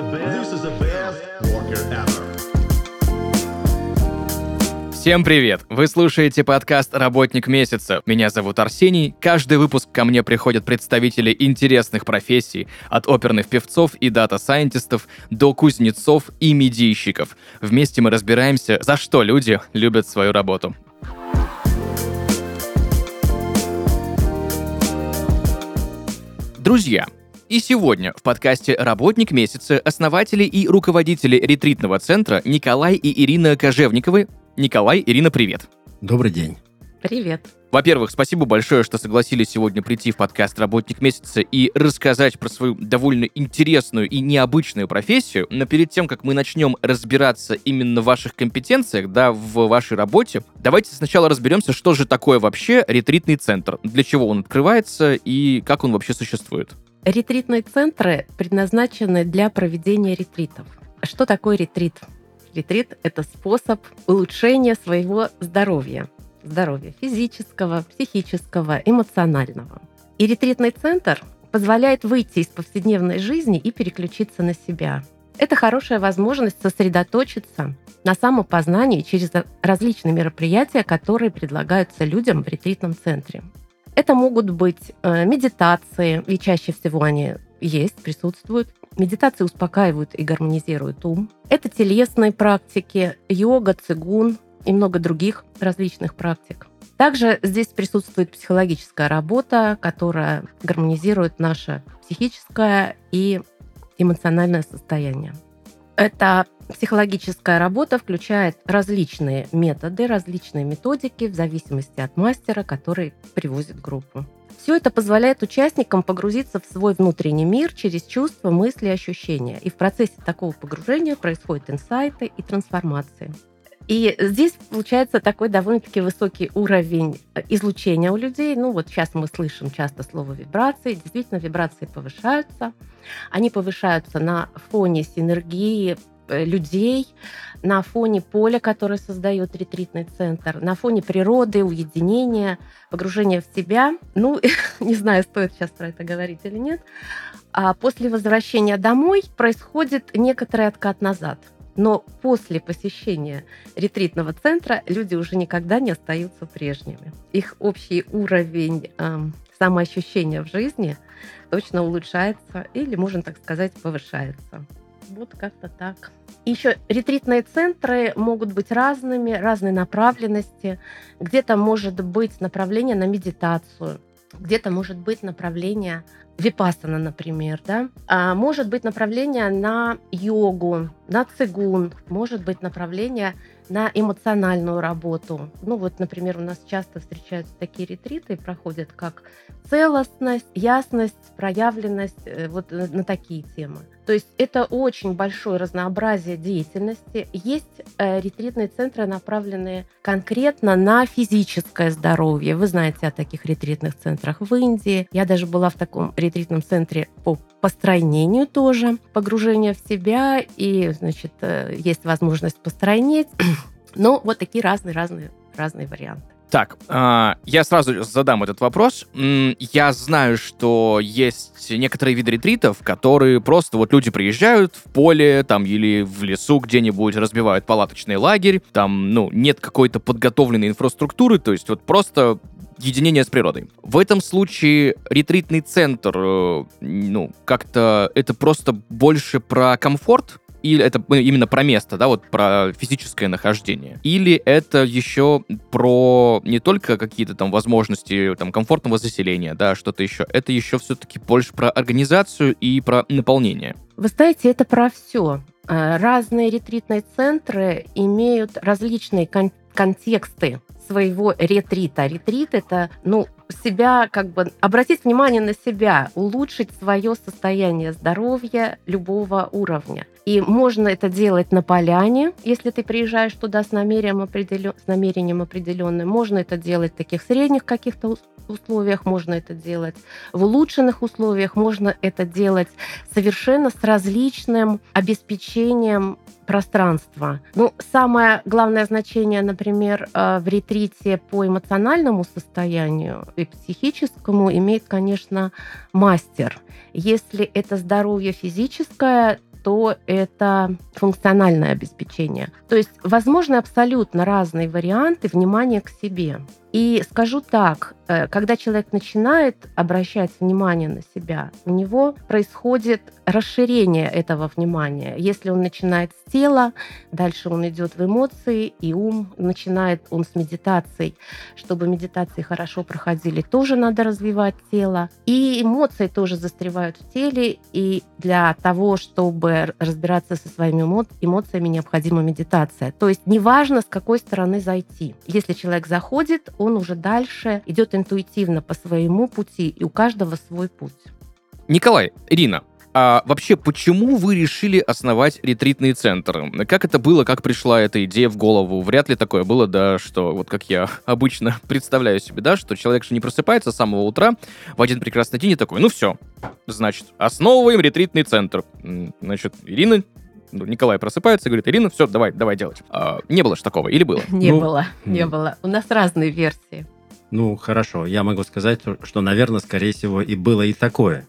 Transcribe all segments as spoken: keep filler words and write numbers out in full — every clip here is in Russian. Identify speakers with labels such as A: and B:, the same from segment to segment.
A: This is the best worker ever.
B: Всем привет! Вы слушаете подкаст «Работник месяца». Меня зовут Арсений. Каждый выпуск ко мне приходят представители интересных профессий, от оперных певцов и дата-сайентистов до кузнецов и медийщиков. Вместе мы разбираемся, за что люди любят свою работу. Друзья, и сегодня в подкасте «Работник месяца» основатели и руководители ретритного центра Николай и Ирина Кожевниковы. Николай, Ирина, привет.
C: Добрый день.
D: Привет.
B: Во-первых, спасибо большое, что согласились сегодня прийти в подкаст «Работник месяца» и рассказать про свою довольно интересную и необычную профессию. Но перед тем, как мы начнем разбираться именно в ваших компетенциях, да, в вашей работе, давайте сначала разберемся, что же такое вообще ретритный центр, для чего он открывается и как он вообще существует.
D: Ретритные центры предназначены для проведения ретритов. Что такое ретрит? Ретрит — это способ улучшения своего здоровья. Здоровья физического, психического, эмоционального. И ретритный центр позволяет выйти из повседневной жизни и переключиться на себя. Это хорошая возможность сосредоточиться на самопознании через различные мероприятия, которые предлагаются людям в ретритном центре. Это могут быть медитации, и чаще всего они есть, присутствуют. Медитации успокаивают и гармонизируют ум. Это телесные практики, йога, цигун и много других различных практик. Также здесь присутствует психологическая работа, которая гармонизирует наше психическое и эмоциональное состояние. Эта психологическая работа включает различные методы, различные методики в зависимости от мастера, который привозит группу. Все это позволяет участникам погрузиться в свой внутренний мир через чувства, мысли и ощущения. И в процессе такого погружения происходят инсайты и трансформации. И здесь получается такой довольно-таки высокий уровень излучения у людей. Ну вот сейчас мы слышим часто слово вибрации. Действительно, вибрации повышаются. Они повышаются на фоне синергии людей, на фоне поля, которое создает ретритный центр, на фоне природы, уединения, погружения в себя. Ну, не знаю, стоит сейчас про это говорить или нет. А после возвращения домой происходит некоторый откат назад. Но после посещения ретритного центра люди уже никогда не остаются прежними. Их общий уровень э, самоощущения в жизни точно улучшается или, можно так сказать, повышается. Вот как-то так. Еще ретритные центры могут быть разными, разной направленности. Где-то может быть направление на медитацию, где-то может быть направление випассана, например, да? А может быть направление на йогу, на цигун, может быть направление на эмоциональную работу. Ну вот, например, у нас часто встречаются такие ретриты, проходят как целостность, ясность, проявленность, вот на такие темы. То есть это очень большое разнообразие деятельности. Есть э, ретритные центры, направленные конкретно на физическое здоровье. Вы знаете о таких ретритных центрах в Индии. Я даже была в таком ретритном центре по постройнению тоже, погружение в себя, и, значит, э, есть возможность постройнеть. Но вот такие разные-разные разные варианты.
B: Так, э, я сразу задам этот вопрос. Я знаю, что есть некоторые виды ретритов, которые просто вот люди приезжают в поле там или в лесу где-нибудь, разбивают палаточный лагерь, там, ну, нет какой-то подготовленной инфраструктуры, то есть вот просто единение с природой. В этом случае ретритный центр, э, ну, как-то это просто больше про комфорт, или это именно про место, да, вот про физическое нахождение? Или это еще про не только какие-то там возможности там комфортного заселения, да, что-то еще? Это еще все-таки больше про организацию и про наполнение?
D: Вы знаете, это про все. Разные ретритные центры имеют различные кон- контексты своего ретрита. Ретрит — это, ну, себя, как бы обратить внимание на себя, улучшить свое состояние здоровья любого уровня. И можно это делать на поляне, если ты приезжаешь туда с намерением, определен... с намерением определенным. Можно это делать в таких средних каких-то условиях, можно это делать в улучшенных условиях, можно это делать совершенно с различным обеспечением пространства. Ну, самое главное значение, например, в ретрите по эмоциональному состоянию и психическому имеет, конечно, мастер. Если это здоровье физическое, что это функциональное обеспечение. То есть возможны абсолютно разные варианты внимания к себе. И скажу так, когда человек начинает обращать внимание на себя, у него происходит расширение этого внимания. Если он начинает с тела, дальше он идет в эмоции, и ум начинает он с медитацией. Чтобы медитации хорошо проходили, тоже надо развивать тело. И эмоции тоже застревают в теле, и для того, чтобы разбираться со своими эмоциями, необходима медитация. То есть неважно, с какой стороны зайти. Если человек заходит, он уже дальше идет интуитивно по своему пути, и у каждого свой путь.
B: Николай, Ирина, а вообще почему вы решили основать ретритные центры? Как это было, как пришла эта идея в голову? Вряд ли такое было, да, что вот как я обычно представляю себе, да, что человек же не просыпается с самого утра в один прекрасный день и такой, ну все, значит, основываем ретритный центр. Значит, Ирина... Николай просыпается и говорит, Ирина, все, давай, давай делать. А, не было же такого, или было?
D: Не
C: Ну,
D: было, не
C: м.
D: было. У нас разные версии.
C: Ну, хорошо, я могу сказать, что, наверное, скорее всего, и было и такое.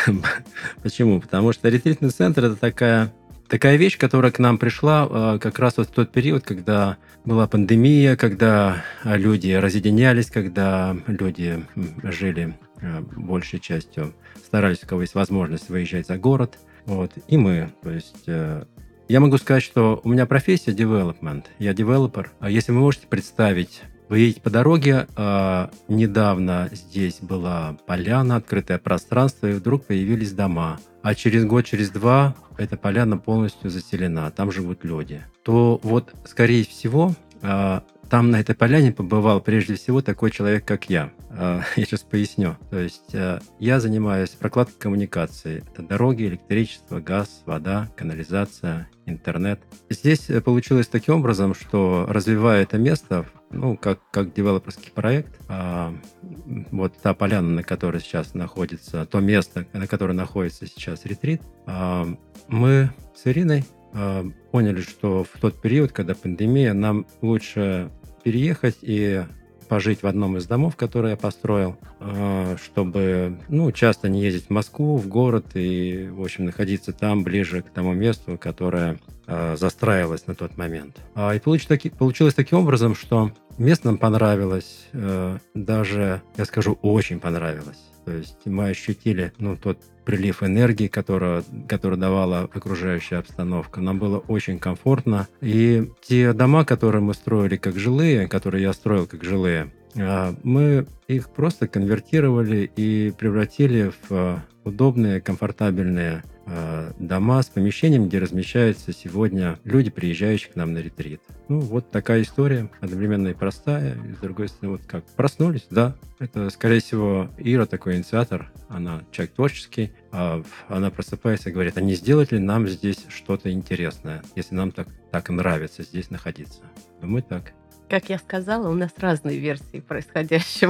C: Почему? Потому что ретритный центр – это такая, такая вещь, которая к нам пришла а, как раз вот в тот период, когда была пандемия, когда а, люди разъединялись, когда люди м, жили а, большей частью, старались, у кого есть возможность, выезжать за город. Вот, и мы, то есть... э, Я могу сказать, что у меня профессия development, я девелопер. А если вы можете представить, вы едете по дороге, а, недавно здесь была поляна, открытое пространство, и вдруг появились дома. А через год, через два эта поляна полностью заселена, там живут люди. То вот, скорее всего, а, там на этой поляне побывал прежде всего такой человек, как я. А, Я сейчас поясню. То есть а, я занимаюсь прокладкой коммуникаций. Это дороги, электричество, газ, вода, канализация, интернет. Здесь э, получилось таким образом, что развивая это место, ну, как, как девелоперский проект, а, м, вот та поляна, на которой сейчас находится, то место, на котором находится сейчас ретрит, а, мы с Ириной а, поняли, что в тот период, когда пандемия, нам лучше переехать и пожить в одном из домов, который я построил, а, чтобы, ну, часто не ездить в Москву, в город и, в общем, находиться там, ближе к тому месту, которое а, застраивалось на тот момент. А, И получ- таки- получилось таким образом, что место нам понравилось, э, даже, я скажу, очень понравилось. То есть мы ощутили, ну, тот прилив энергии, который, который давала окружающая обстановка. Нам было очень комфортно. И те дома, которые мы строили как жилые, которые я строил как жилые, а, мы их просто конвертировали и превратили в а, удобные, комфортабельные а, дома с помещением, где размещаются сегодня люди, приезжающие к нам на ретрит. Ну, вот такая история, одновременно и простая, и с другой стороны, вот как, проснулись, да, это, скорее всего, Ира такой инициатор, она человек творческий, а в- она просыпается и говорит, а не сделать ли нам здесь что-то интересное, если нам так, так нравится здесь находиться? Думаю, так.
D: Как я сказала, у нас разные версии происходящего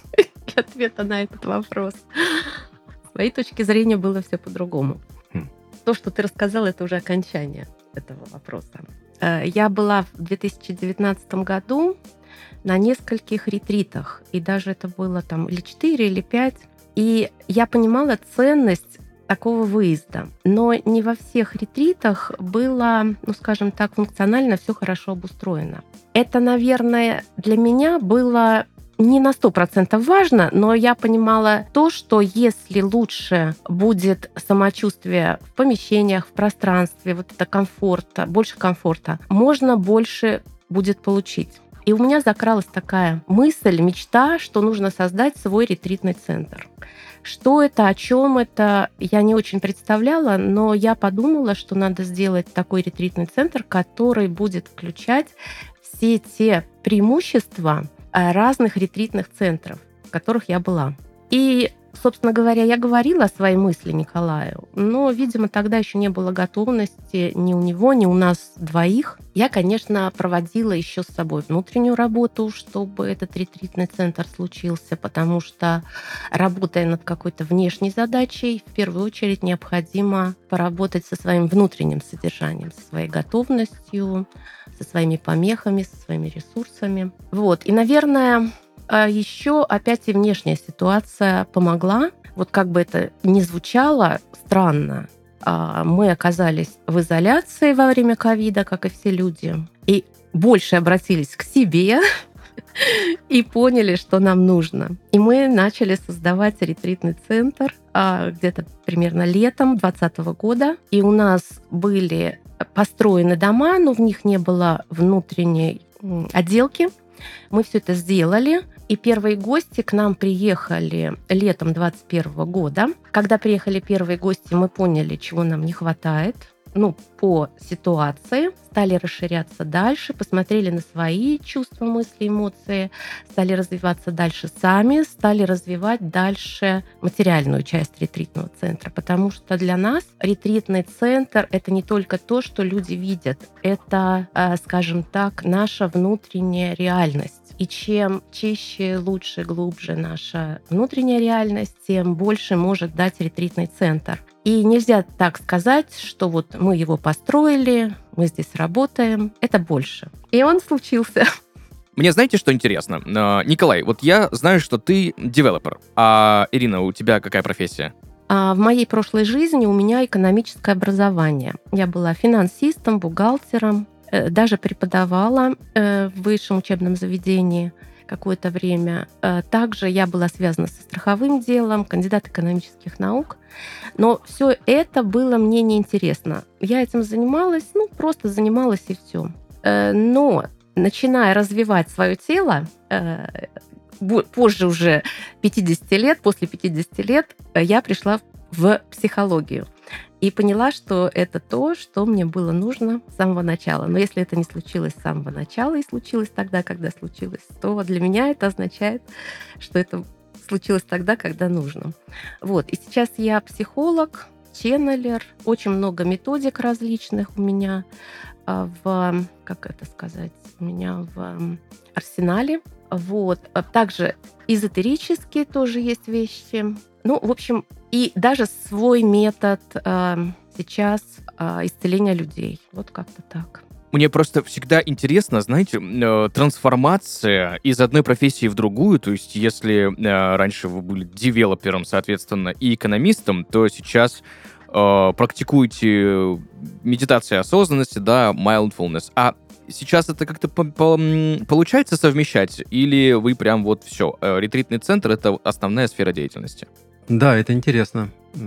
D: и ответа на этот вопрос. С моей точки зрения было все по-другому.
C: Хм.
D: То, что ты рассказала, это уже окончание этого вопроса. Э, Я была в две тысячи девятнадцатом году на нескольких ретритах, и даже это было там или четыре, или пять. И я понимала ценность такого выезда. Но не во всех ретритах было, ну, скажем так, функционально все хорошо обустроено. Это, наверное, для меня было не на сто процентов важно, но я понимала то, что если лучше будет самочувствие в помещениях, в пространстве, вот это комфорта, больше комфорта, можно больше будет получить. И у меня закралась такая мысль, мечта, что нужно создать свой ретритный центр. Что это, о чем это, я не очень представляла, но я подумала, что надо сделать такой ретритный центр, который будет включать все те преимущества э, разных ретритных центров, в которых я была. И, собственно говоря, я говорила о своей мысли Николаю, но, видимо, тогда еще не было готовности ни у него, ни у нас двоих. Я, конечно, проводила еще с собой внутреннюю работу, чтобы этот ретритный центр случился, потому что, работая над какой-то внешней задачей, в первую очередь необходимо поработать со своим внутренним содержанием, со своей готовностью, со своими помехами, со своими ресурсами. Вот. И, наверное, еще опять и внешняя ситуация помогла. Вот как бы это ни звучало странно, а, мы оказались в изоляции во время ковида, как и все люди, и больше обратились к себе и поняли, что нам нужно. И мы начали создавать ретритный центр а, где-то примерно летом двадцатого года. И у нас были построены дома, но в них не было внутренней м, отделки. Мы все это сделали. И первые гости к нам приехали летом двадцать первого года. Когда приехали первые гости, мы поняли, чего нам не хватает. Ну, по ситуации, стали расширяться дальше, посмотрели на свои чувства, мысли, эмоции, стали развиваться дальше сами, стали развивать дальше материальную часть ретритного центра, потому что для нас ретритный центр — это не только то, что люди видят, это, скажем так, наша внутренняя реальность. И чем чище, лучше, глубже наша внутренняя реальность, тем больше может дать ретритный центр. И нельзя так сказать, что вот мы его построили, мы здесь работаем. Это больше. И он случился.
B: Мне знаете, что интересно? Э, Николай, вот я знаю, что ты девелопер. А Ирина, у тебя какая профессия?
D: А в моей прошлой жизни у меня экономическое образование. Я была финансистом, бухгалтером, э, даже преподавала э, в высшем учебном заведении какое-то время. Также я была связана со страховым делом, кандидат экономических наук. Но все это было мне неинтересно. Я этим занималась, ну, просто занималась и все. Но начиная развивать свое тело, позже уже пятидесяти лет, после пятидесяти лет, я пришла в психологию. И поняла, что это то, что мне было нужно с самого начала. Но если это не случилось с самого начала и случилось тогда, когда случилось, то для меня это означает, что это случилось тогда, когда нужно. Вот. И сейчас я психолог, ченнелер, очень много методик различных у меня в, как это сказать, у меня в арсенале. Вот. Также эзотерические тоже есть вещи. Ну, в общем, и даже свой метод э, сейчас э, исцеления людей. Вот как-то так.
B: Мне просто всегда интересно, знаете, э, трансформация из одной профессии в другую. То есть, если э, раньше вы были девелопером, соответственно, и экономистом, то сейчас э, практикуете медитацию осознанности, да, mindfulness. А сейчас это как-то по- по- получается совмещать? Или вы прям вот все, э, ретритный центр — это основная сфера деятельности?
C: Да, это интересно.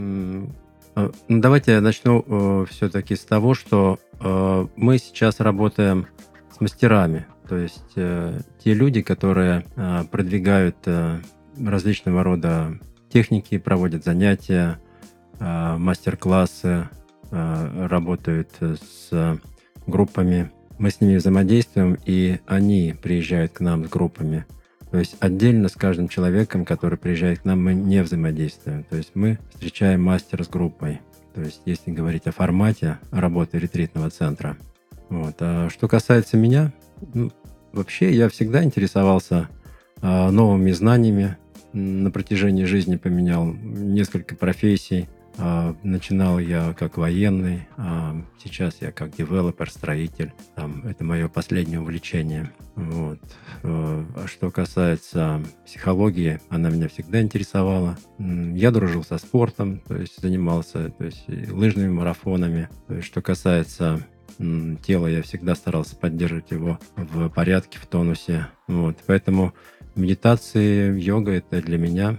C: Давайте я начну э, все-таки с того, что э, мы сейчас работаем с мастерами. То есть э, те люди, которые э, продвигают э, различного рода техники, проводят занятия, э, мастер-классы, э, работают с группами. Мы с ними взаимодействуем, и они приезжают к нам с группами. То есть отдельно с каждым человеком, который приезжает к нам, мы не взаимодействуем. То есть мы встречаем мастера с группой. То есть если говорить о формате работы ретритного центра. Вот. А что касается меня, ну, вообще я всегда интересовался а, новыми знаниями. На протяжении жизни поменял несколько профессий. А, начинал я как военный, а сейчас я как девелопер, строитель. Там, это мое последнее увлечение. Вот. А что касается психологии, она меня всегда интересовала. Я дружил со спортом, то есть занимался то есть, лыжными марафонами. То есть, что касается тела, я всегда старался поддерживать его в порядке, в тонусе. Вот. Поэтому медитации, йога — это для меня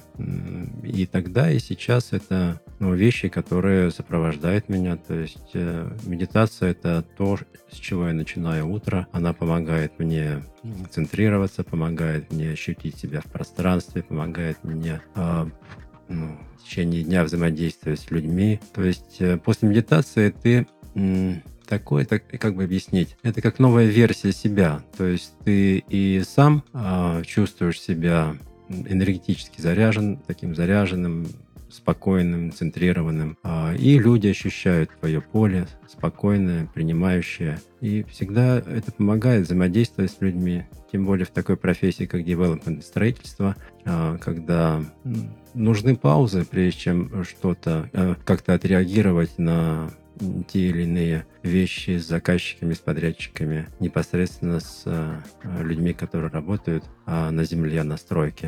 C: и тогда, и сейчас это ну, вещи, которые сопровождают меня. То есть э, медитация — это то, с чего я начинаю утро. Она помогает мне центрироваться, помогает мне ощутить себя в пространстве, помогает мне э, ну, в течение дня взаимодействовать с людьми. То есть э, после медитации ты... М- Такое, так, как бы объяснить, это как новая версия себя. То есть ты и сам э, чувствуешь себя энергетически заряжен, таким заряженным, спокойным, центрированным. Э, и люди ощущают твое поле, спокойное, принимающее. И всегда это помогает взаимодействовать с людьми, тем более в такой профессии, как девелопмент и строительство, э, когда нужны паузы, прежде чем что-то, э, как-то отреагировать на те или иные вещи с заказчиками, с подрядчиками, непосредственно с э, людьми, которые работают э, на земле, на стройке.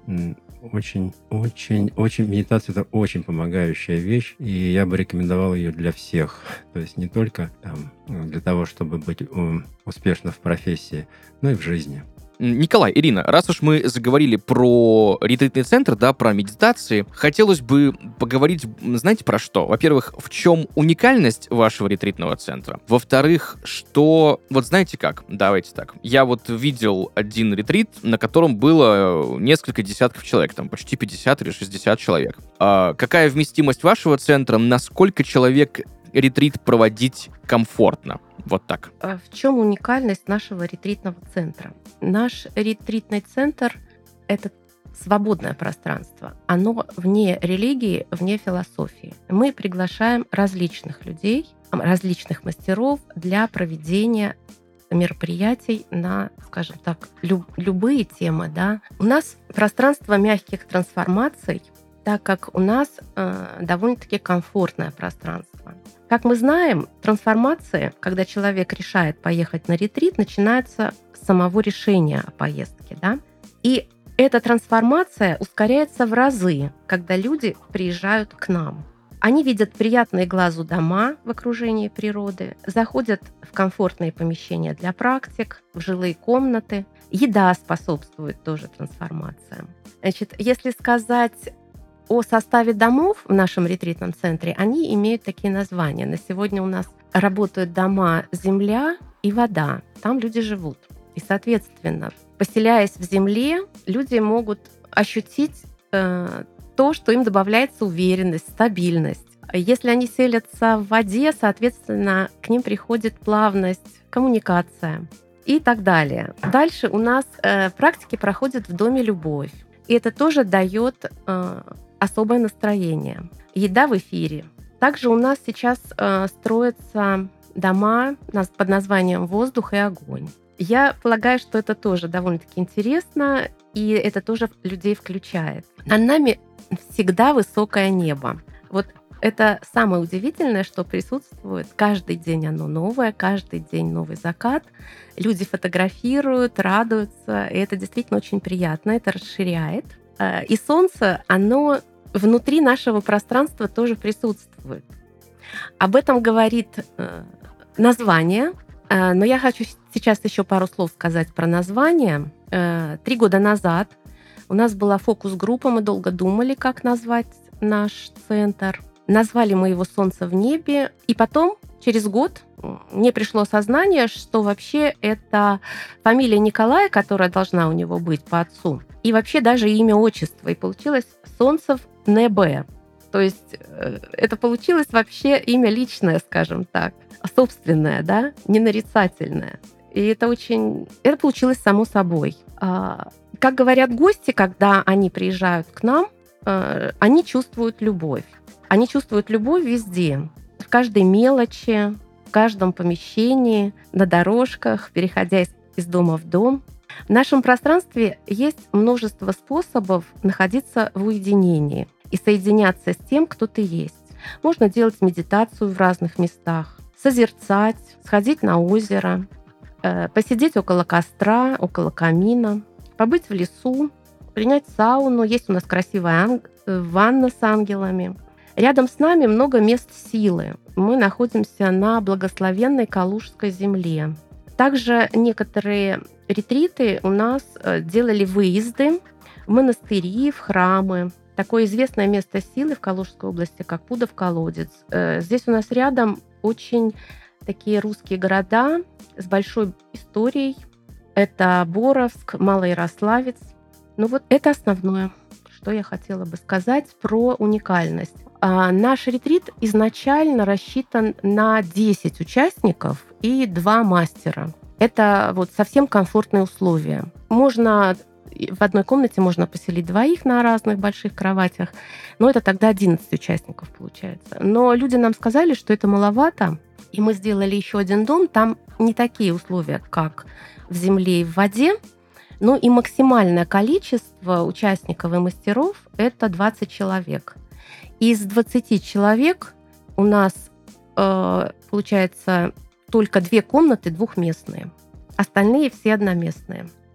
C: м, очень, очень, очень, медитация — это очень помогающая вещь, и я бы рекомендовал ее для всех. То есть не только там, для того, чтобы быть ум, успешно в профессии, но и в жизни.
B: Николай, Ирина, раз уж мы заговорили про ретритный центр, да, про медитации, хотелось бы поговорить, знаете, про что? Во-первых, в чем уникальность вашего ретритного центра? Во-вторых, что... Вот знаете как? Давайте так. Я вот видел один ретрит, на котором было несколько десятков человек, там почти пятьдесят или шестьдесят человек. А какая вместимость вашего центра? Насколько человек ретрит проводить комфортно? Вот так.
D: В чем уникальность нашего ретритного центра? Наш ретритный центр — это свободное пространство. Оно вне религии, вне философии. Мы приглашаем различных людей, различных мастеров для проведения мероприятий на, скажем так, лю- любые темы. Да. У нас пространство мягких трансформаций, так как у нас э, довольно-таки комфортное пространство. Как мы знаем, трансформация, когда человек решает поехать на ретрит, начинается с самого решения о поездке. Да? И эта трансформация ускоряется в разы, когда люди приезжают к нам. Они видят приятные глазу дома в окружении природы, заходят в комфортные помещения для практик, в жилые комнаты. Еда способствует тоже трансформациям. Значит, если сказать о составе домов в нашем ретритном центре, они имеют такие названия. На сегодня у нас работают дома «Земля» и «Вода». Там люди живут. И, соответственно, поселяясь в земле, люди могут ощутить э, то, что им добавляется уверенность, стабильность. Если они селятся в воде, соответственно, к ним приходит плавность, коммуникация и так далее. Дальше у нас э, практики проходят в доме «Любовь». И это тоже дает э, особое настроение. Еда в эфире. Также у нас сейчас э, строятся дома под названием «Воздух и огонь». Я полагаю, что это тоже довольно-таки интересно, и это тоже людей включает. Над нами всегда высокое небо. Вот это самое удивительное, что присутствует. Каждый день оно новое, каждый день новый закат. Люди фотографируют, радуются, и это действительно очень приятно, это расширяет. И солнце, оно внутри нашего пространства тоже присутствует. Об этом говорит название, но я хочу сейчас еще пару слов сказать про название. Три года назад у нас была фокус-группа, мы долго думали, как назвать наш центр. Назвали мы его «Солнце в небе», и потом, через год, мне пришло сознание, что вообще это фамилия Николая, которая должна у него быть по отцу, и вообще даже имя, отчество. И получилось «Солнцев небе». То есть это получилось вообще имя личное, скажем так, собственное, да, не нарицательное. И это очень... Это получилось само собой. Как говорят гости, когда они приезжают к нам, они чувствуют любовь. Они чувствуют любовь везде, в каждой мелочи, в каждом помещении, на дорожках, переходя из дома в дом. В нашем пространстве есть множество способов находиться в уединении и соединяться с тем, кто ты есть. Можно делать медитацию в разных местах, созерцать, сходить на озеро, посидеть около костра, около камина, побыть в лесу, принять сауну. Есть у нас красивая ванна с ангелами. Рядом с нами много мест силы. Мы находимся на благословенной Калужской земле. Также некоторые ретриты у нас делали выезды в монастыри, в храмы. Такое известное место силы в Калужской области, как Пудов колодец. Здесь у нас рядом очень такие русские города с большой историей. Это Боровск, Малоярославец. Ну вот это основное, что я хотела бы сказать про уникальность. А наш ретрит изначально рассчитан на десять участников и два мастера. Это вот совсем комфортные условия. Можно в одной комнате можно поселить двоих на разных больших кроватях, но это тогда одиннадцать участников получается. Но люди нам сказали, что это маловато, и мы сделали еще один дом. Там не такие условия, как в земле и в воде, но и максимальное количество участников и мастеров – это двадцать человек. Из двадцати человек у нас э, получается только две комнаты двухместные. Остальные все одноместные.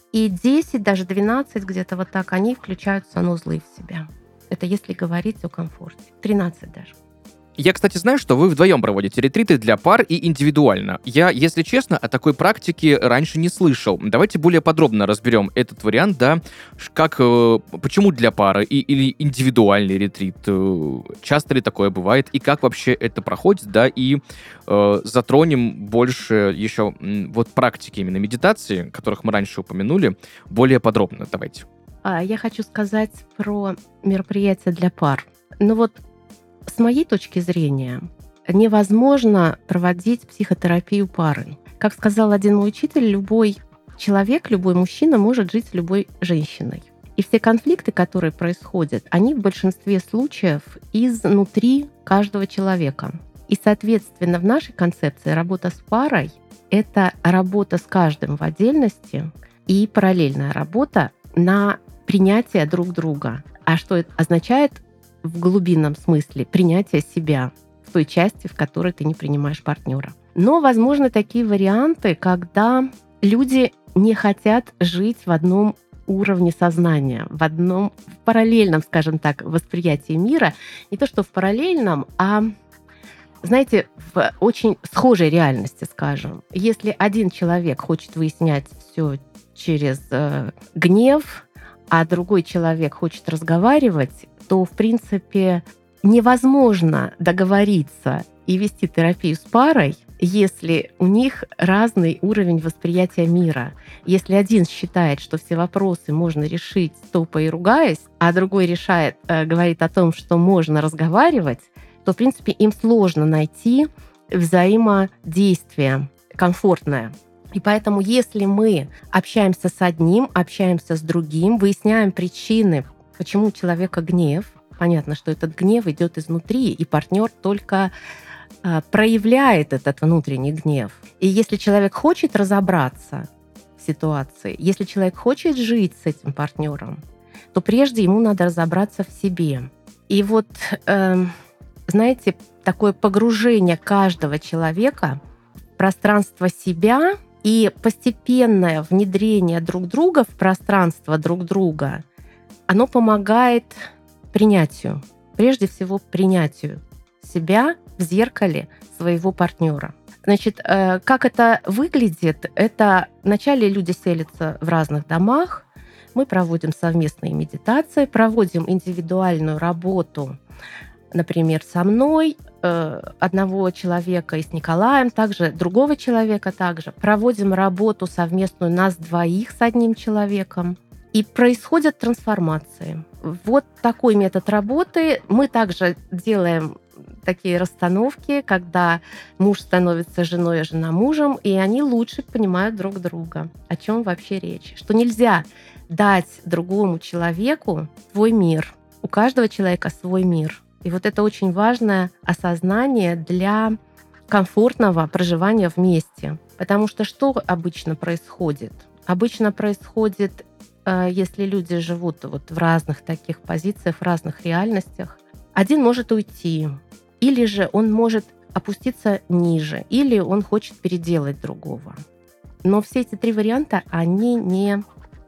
D: И десять, даже двенадцать, где-то вот так, они включают санузлы в себя. Это если говорить о комфорте. тринадцать даже.
B: Я, кстати, знаю, что вы вдвоем проводите ретриты для пар и индивидуально. Я, если честно, о такой практике раньше не слышал. Давайте более подробно разберем этот вариант, да, Ш- как, э, почему для пары и, или индивидуальный ретрит, э, часто ли такое бывает, и как вообще это проходит, да, и э, затронем больше еще м, вот практики именно медитации, которых мы раньше упомянули, более подробно. Давайте.
D: А, Я хочу сказать про мероприятия для пар. Ну вот, с моей точки зрения, невозможно проводить психотерапию пары. Как сказал один мой учитель, любой человек, любой мужчина может жить с любой женщиной. И все конфликты, которые происходят, они в большинстве случаев изнутри каждого человека. И, соответственно, в нашей концепции работа с парой — это работа с каждым в отдельности и параллельная работа на принятие друг друга. А что это означает в глубинном смысле? Принятие себя в той части, в которой ты не принимаешь партнера. Но возможны такие варианты, когда люди не хотят жить в одном уровне сознания, в одном в параллельном, скажем так, восприятии мира. Не то, что в параллельном, а, знаете, в очень схожей реальности, скажем. Если один человек хочет выяснять все через э, гнев, а другой человек хочет разговаривать, то, в принципе, невозможно договориться и вести терапию с парой, если у них разный уровень восприятия мира. Если один считает, что все вопросы можно решить, топая и ругаясь, а другой решает, э, говорит о том, что можно разговаривать, то, в принципе, им сложно найти взаимодействие комфортное. И поэтому, если мы общаемся с одним, общаемся с другим, выясняем причины, почему у человека гнев, понятно, что этот гнев идет изнутри, и партнер только э, проявляет этот внутренний гнев. И если человек хочет разобраться в ситуации, если человек хочет жить с этим партнером, то прежде ему надо разобраться в себе. И вот, э, знаете, такое погружение каждого человека в пространство себя и постепенное внедрение друг друга в пространство друг друга, оно помогает принятию, прежде всего принятию себя в зеркале своего партнера. Значит, как это выглядит? Это вначале люди селятся в разных домах, мы проводим совместные медитации, проводим индивидуальную работу, например, со мной, одного человека и с Николаем, также другого человека также. Проводим работу совместную нас двоих с одним человеком. И происходят трансформации. Вот такой метод работы. Мы также делаем такие расстановки, когда муж становится женой, а жена мужем, и они лучше понимают друг друга. О чем вообще речь? Что нельзя дать другому человеку свой мир. У каждого человека свой мир. И вот это очень важное осознание для комфортного проживания вместе. Потому что что обычно происходит? Обычно происходит, если люди живут вот в разных таких позициях, в разных реальностях, один может уйти, или же он может опуститься ниже, или он хочет переделать другого. Но все эти три варианта, они не,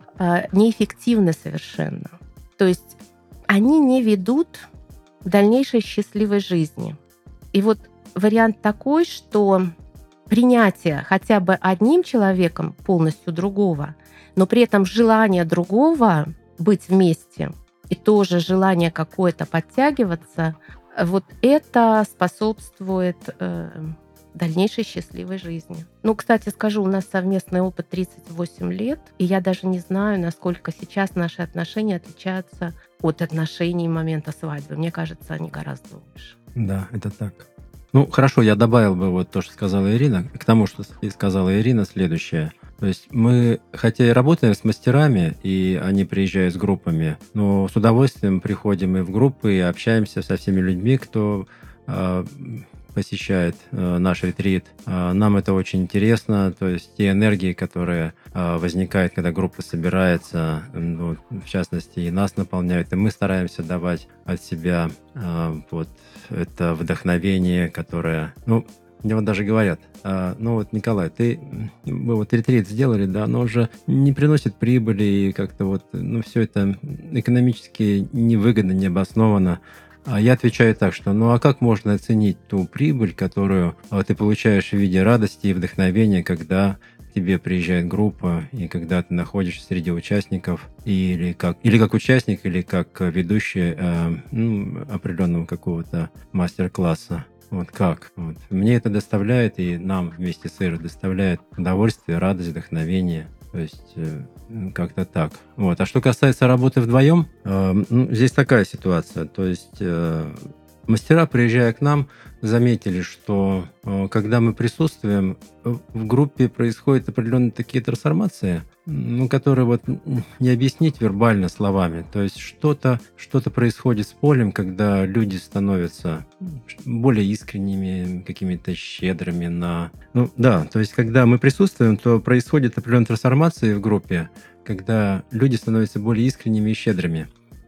D: неэффективны совершенно. То есть они не ведут к дальнейшей счастливой жизни. И вот вариант такой, что принятие хотя бы одним человеком полностью другого, но при этом желание другого быть вместе и тоже желание какое-то подтягиваться, вот это способствует э, дальнейшей счастливой жизни. Ну, кстати, скажу, у нас совместный опыт тридцать восемь лет, и я даже не знаю, насколько сейчас наши отношения отличаются от отношений момента свадьбы. Мне кажется, они гораздо лучше.
C: Да, это так. Ну, хорошо, я добавил бы вот то, что сказала Ирина, к тому, что сказала Ирина, следующее. То есть мы, хотя и работаем с мастерами, и они приезжают с группами, но с удовольствием приходим и в группы, и общаемся со всеми людьми, кто э, посещает э, наш ретрит. Э, нам это очень интересно, то есть те энергии, которые э, возникают, когда группа собирается, ну, в частности, и нас наполняют, и мы стараемся давать от себя э, вот это вдохновение, которое, ну, мне вот даже говорят, а, ну вот, Николай, ты, вы вот ретрит сделали, да, но он же не приносит прибыли, и как-то вот, ну, все это экономически невыгодно, не обосновано. А я отвечаю так, что ну а как можно оценить ту прибыль, которую а, ты получаешь в виде радости и вдохновения, когда к тебе приезжает группа, и когда ты находишься среди участников, или как, или как участник, или как ведущий э, ну, определенного какого-то мастер-класса. Вот как? Вот. Мне это доставляет, и нам вместе с Ирой доставляет удовольствие, радость, вдохновение. То есть э, как-то так. Вот. А что касается работы вдвоем, э, ну, здесь такая ситуация. То есть э, мастера, приезжая к нам, заметили, что э, когда мы присутствуем, в группе происходят определенные такие трансформации, ну, которые вот не объяснить вербально словами. То есть что-то, что-то происходит с полем, когда люди становятся более искренними, какими-то щедрыми на... Ну да, то есть когда мы присутствуем, то происходит определенная трансформация в группе, когда люди становятся более искренними и щедрыми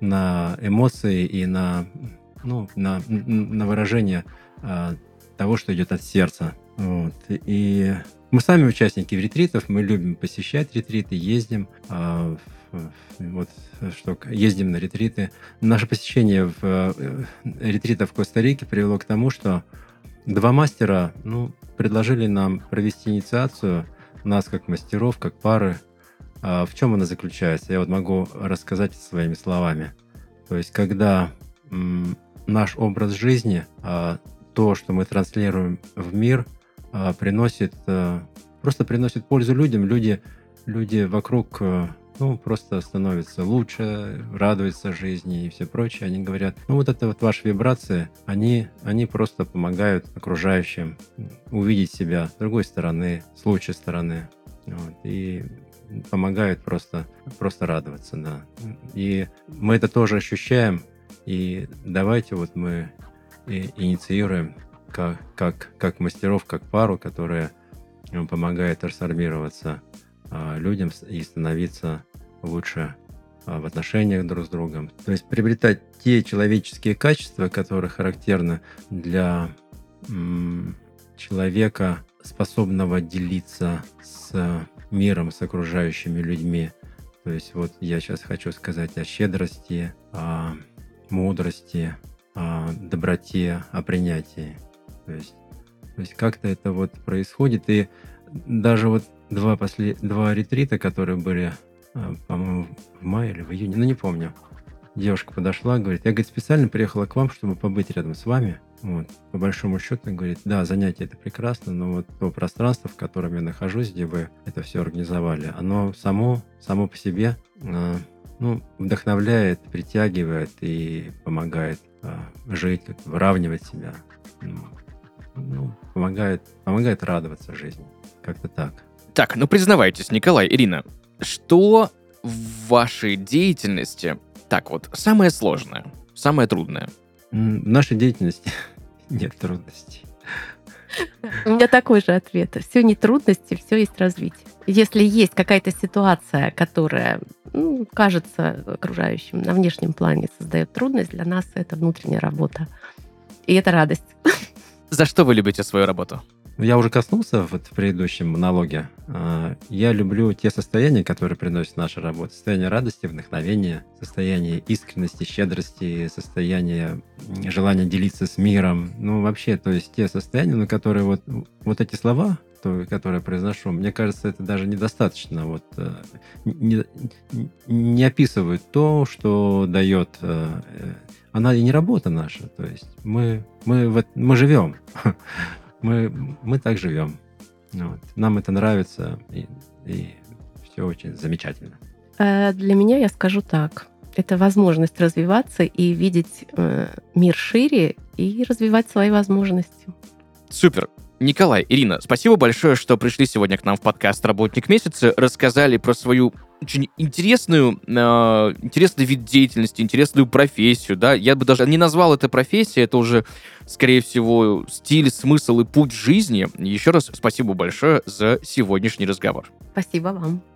C: на эмоции и на, ну, на, на выражение а, того, что идет от сердца. Вот. И мы сами участники ретритов, мы любим посещать ретриты, ездим, а, вот, что, ездим на ретриты. Наше посещение в э, ретрита в Коста-Рике привело к тому, что два мастера ну, предложили нам провести инициацию, нас как мастеров, как пары. А в чем она заключается? Я вот могу рассказать своими словами. То есть, когда м, наш образ жизни, а, то, что мы транслируем в мир, а, приносит, а, просто приносит пользу людям. Люди, люди вокруг а, ну, просто становятся лучше, радуются жизни и все прочее. Они говорят, ну вот это вот ваши вибрации, они, они просто помогают окружающим увидеть себя с другой стороны, с лучшей стороны. Вот. И помогают просто, просто радоваться, да. И мы это тоже ощущаем, и давайте вот мы и инициируем как, как, как мастеров, как пару, которая помогает трансформироваться а, людям и становиться лучше а, в отношениях друг с другом. То есть приобретать те человеческие качества, которые характерны для м, человека, способного делиться с миром, с окружающими людьми. То есть вот я сейчас хочу сказать о щедрости, о мудрости, о доброте, о принятии. То есть, то есть как-то это вот происходит. И даже вот два, после... два ретрита, которые были, по-моему, в мае или в июне, ну не помню, девушка подошла, говорит, я, говорит, специально приехала к вам, чтобы побыть рядом с вами. Вот. По большому счету, говорит, да, занятие это прекрасно, но вот то пространство, в котором я нахожусь, где вы это все организовали, оно само, само по себе э, ну, вдохновляет, притягивает и помогает э, жить, как выравнивать себя, ну, помогает, помогает радоваться жизни. Как-то так.
B: Так, ну признавайтесь, Николай, Ирина, что в вашей деятельности, так вот, самое сложное, самое трудное?
C: В нашей деятельности нет трудностей.
D: У меня такой же ответ. Все не трудности, все есть развитие. Если есть какая-то ситуация, которая ну, кажется окружающим на внешнем плане создает трудность, для нас это внутренняя работа. И это радость.
B: За что вы любите свою работу?
C: Я уже коснулся вот в предыдущем монологе. Я люблю те состояния, которые приносит наша работа. Состояние радости, вдохновения, состояние искренности, щедрости, состояние желания делиться с миром. Ну, вообще, то есть те состояния, на которые вот, вот эти слова, то, которые я произношу, мне кажется, это даже недостаточно. Вот, не, не описывают то, что дает... Она и не работа наша. То есть мы, мы, мы живем. Мы, мы так живем. Вот. Нам это нравится, и, и все очень замечательно.
D: Для меня я скажу так. Это возможность развиваться и видеть э, мир шире и развивать свои возможности.
B: Супер. Николай, Ирина, спасибо большое, что пришли сегодня к нам в подкаст «Работник месяца», рассказали про свою очень интересную, э, интересный вид деятельности, интересную профессию, да, я бы даже не назвал это профессией, это уже, скорее всего, стиль, смысл и путь жизни. Еще раз спасибо большое за сегодняшний разговор.
D: Спасибо вам.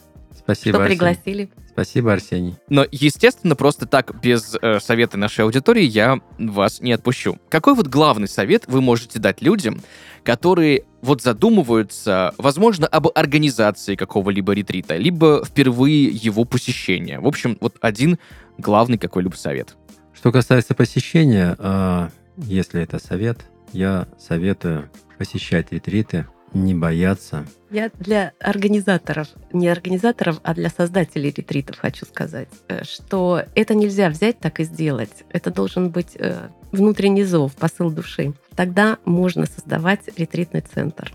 C: Спасибо,
D: что
C: Арсений.
D: пригласили.
C: Спасибо, Арсений.
B: Но, естественно, просто так, без э, совета нашей аудитории, я вас не отпущу. Какой вот главный совет вы можете дать людям, которые вот задумываются, возможно, об организации какого-либо ретрита, либо впервые его посещения? В общем, вот один главный какой-либо совет.
C: Что касается посещения, э, если это совет, я советую посещать ретриты, не бояться.
D: Я для организаторов, не организаторов, а для создателей ретритов хочу сказать, э, что это нельзя взять так и сделать. Это должен быть э, внутренний зов, посыл души. Тогда можно создавать ретритный центр.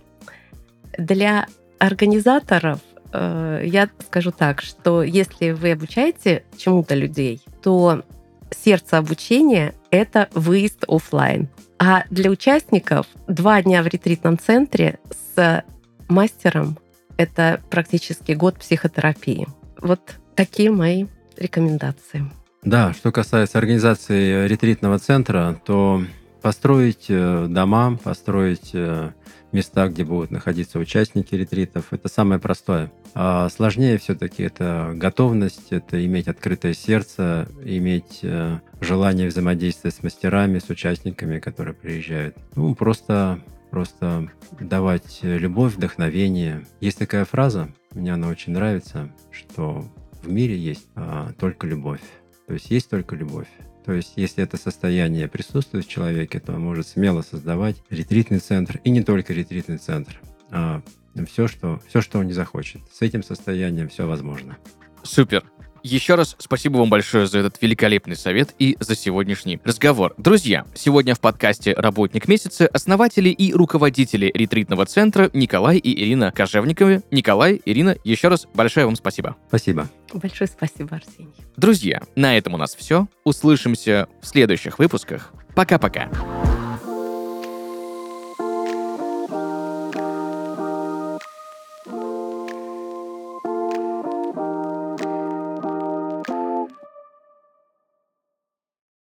D: Для организаторов э, я скажу так, что если вы обучаете чему-то людей, то сердце обучения — это выезд офлайн. А для участников два дня в ретритном центре с мастером — это практически год психотерапии. Вот такие мои рекомендации.
C: Да, что касается организации ретритного центра, то построить э, дома, построить э, места, где будут находиться участники ретритов, это самое простое. А сложнее все-таки это готовность, это иметь открытое сердце, иметь э, желание взаимодействовать с мастерами, с участниками, которые приезжают. Ну, просто, просто давать любовь, вдохновение. Есть такая фраза, мне она очень нравится, что в мире есть а, только любовь. То есть есть только любовь. То есть, если это состояние присутствует в человеке, то он может смело создавать ретритный центр, и не только ретритный центр, а все, что, все, что он не захочет. С этим состоянием все возможно.
B: Супер. Еще раз спасибо вам большое за этот великолепный совет и за сегодняшний разговор. Друзья, сегодня в подкасте «Работник месяца» основатели и руководители ретритного центра Николай и Ирина Кожевниковы. Николай, Ирина, еще раз большое вам спасибо.
C: Спасибо.
D: Большое спасибо, Арсений.
B: Друзья, на этом у нас все. Услышимся в следующих выпусках. Пока-пока.